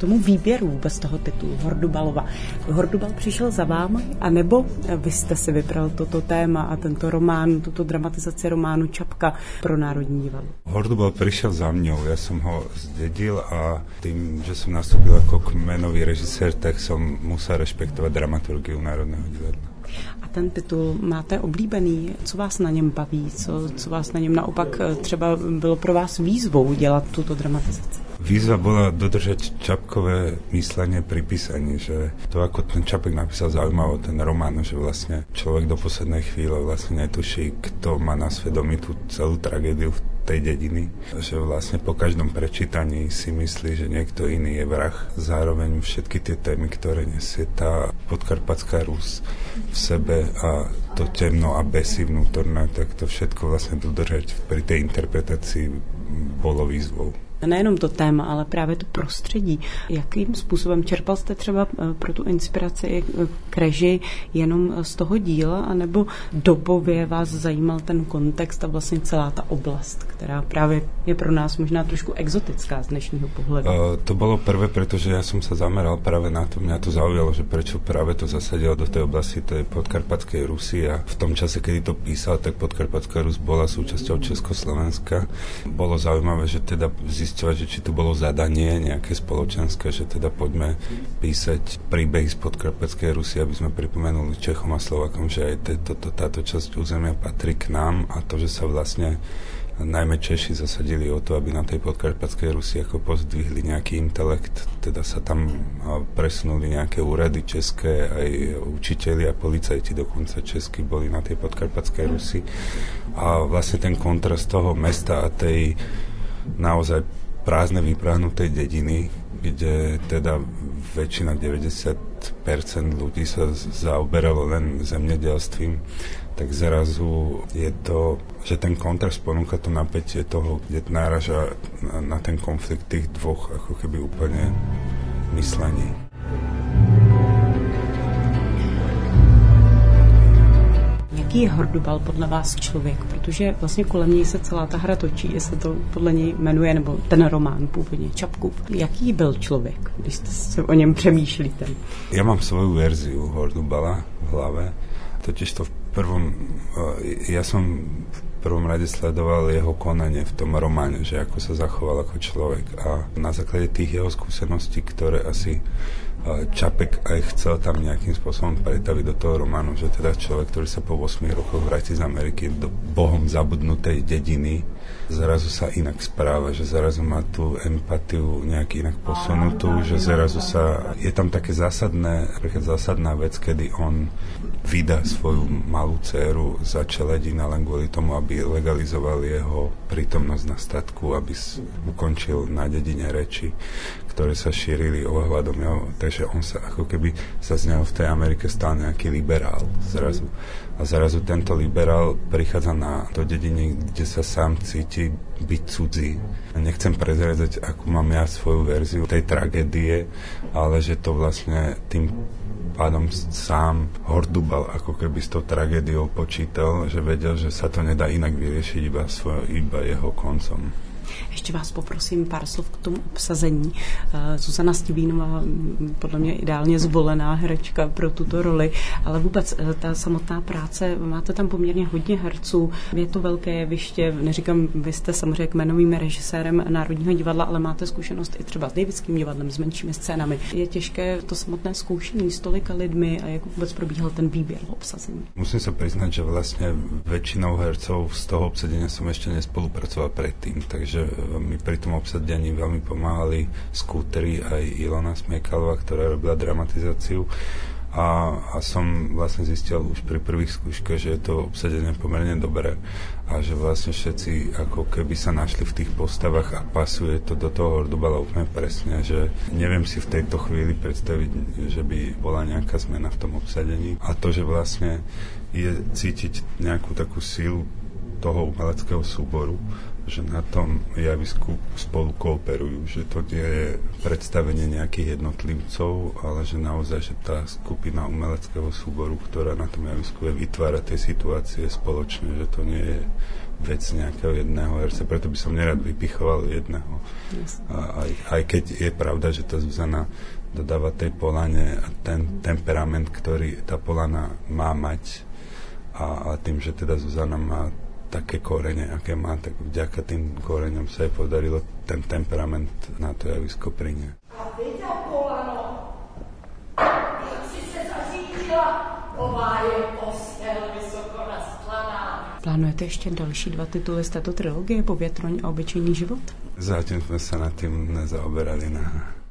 tomu výběru vůbec toho titulu Hordubalova. Hordubal přišel za vámi, anebo vy jste si vybral toto téma a tento román, tuto dramatizaci románu Čapka pro Národní divadlo? Hordubal prišiel za mňou, ja som ho zdedil a tým, že som nastúpil ako kmenový režisér, tak som musel rešpektovať dramaturgiu Národného divadla. A ten titul máte oblíbený? Co vás na něm baví? Co vás na něm naopak třeba bylo pro vás výzvou dělat tuto dramatizaci? Výzva bola dodržať Čapkové myslenie pri písaní, že to, ako ten Čapek napísal zaujímavo ten román, že vlastne človek do poslednej chvíle vlastne netuší, kto má na svedomí tú celú tragédiu v tej dediny, že vlastne po každom prečítaní si myslí, že niekto iný je vrah. Zároveň všetky tie témy, ktoré nesie tá podkarpatská Rus v sebe a to temno a besy vnútorné, tak to všetko vlastne dodržať pri tej interpretácii bolo výzvou. Nejenom to téma, ale právě to prostředí. Jakým způsobem čerpal jste třeba pro tu inspiraci k režii jenom z toho díla, anebo dobově vás zajímal ten kontext a vlastně celá ta oblast, která právě je pro nás možná trošku exotická z dnešního pohledu? To bolo prvé, pretože ja som sa zameral práve na to, mňa to zaujalo, že prečo práve to zasadilo do tej oblasti tej podkarpatskej Rusy a v tom čase, kedy to písal, tak podkarpatská Rus bola súčasťou Československa. Bolo zaujímavé, že teda že či tu bolo zadanie nejaké spoločenské, že teda poďme písať príbehy z podkarpatskej Rusy, aby sme pripomenuli Čechom a Slovakom, že aj táto časť územia patrí k nám a to, že sa vlastne najmä Češi zasadili o to, aby na tej podkarpatskej Rusi ako pozdvihli nejaký intelekt, teda sa tam presunuli nejaké úrady české, aj učiteľi a policajti dokonca českí boli na tej podkarpatskej Rusi a vlastne ten kontrast toho mesta a tej naozaj prázdne vyprahnutej dediny, kde teda väčšina 90% ľudí sa zaoberalo len zemědělstvím, tak zrazu je to, že ten kontrast ponúka to napätie toho, kde náraža na ten konflikt tých dvoch ako keby úplne myslení. Jaký je Hordubal podle vás člověk? Protože vlastně kolem něj se celá ta hra točí, jestli to podle něj jmenuje, nebo ten román původně Čapkův. Jaký byl člověk, když se o něm přemýšlíte? Ja mám svoju verziu Hordubala v hlave. Totiž to ja som v prvom rade sledoval jeho konanie v tom románe, že ako sa zachoval ako človek a na základe tých jeho skúseností, ktoré asi Čapek aj chcel tam nejakým spôsobom pretaviť do toho románu, že teda človek, ktorý sa po 8 rokoch vráti z Ameriky do bohom zabudnutej dediny, zrazu sa inak správa, že zrazu má tú empatiu nejak inak posunutú, že zrazu sa... Je tam také zásadná vec, kedy on vydá svoju malú dceru za Čeledina len kvôli tomu, aby legalizoval jeho prítomnosť na statku, aby ukončil na dedine reči, ktoré sa šírili ohľadom jeho. Takže on sa ako keby sa z neho v tej Amerike stal nejaký liberál zrazu. A zrazu tento liberál prichádza do dediny, kde sa sám cíti byť cudzí. Nechcem prezradzať, akú mám ja svoju verziu tej tragédie, ale že to vlastne tým pádom sám Hordubal ako keby s tou tragédiou počítal, že vedel, že sa to nedá inak vyriešiť iba jeho koncom. Ještě vás poprosím pár slov k tomu obsazení. Zuzana Stivínová, podle mě ideálně zvolená herečka pro tuto roli, ale vůbec ta samotná práce, máte tam poměrně hodně herců, je to velké jeviště, neříkám, vy jste samozřejmě kmenovým režisérem Národního divadla, ale máte zkušenost i třeba s Davidským divadlem, s menšími scénami. Je těžké to samotné zkoušení s tolika lidmi a jak vůbec probíhal ten výběr v obsazení? Musím sa priznať, že vlastne väčšinou hercov z toho obsadenia som ešte nespolupracoval predtým, takže mi pri tom obsadení veľmi pomáhali skúteri aj Ilona Smejkalová, ktorá robila dramatizáciu a som vlastne zistil už pri prvých skúškach, že je to obsadenie pomerne dobré a že vlastne všetci ako keby sa našli v tých postavách a pasuje to do toho Hordubala úplne presne, že neviem si v tejto chvíli predstaviť, že by bola nejaká zmena v tom obsadení a to, že vlastne je cítiť nejakú takú silu toho umeleckého súboru, že na tom javisku spolu kooperujú, že to nie je predstavenie nejakých jednotlivcov, ale že naozaj, že tá skupina umeleckého súboru, ktorá na tom javisku je, vytvára tie situácie spoločne, že to nie je vec nejakého jedného herce, preto by som nerad vypichoval jedného. A aj keď je pravda, že tá Zuzana dodáva tej Polane ten temperament, ktorý tá Polana má mať, a tým, že teda Zuzana má také korene, aké má, tak vďaka tým koreňom sa jej podarilo ten temperament na to javisko priniesť. A Peťa Polano, jak si se zařídila, ová je postel vysoko nastlaná. Plánujete ještě další 2 tituly z této trilogie, Povětroň a Obyčejný život? Zatím sme sa nad tým nezaoberali.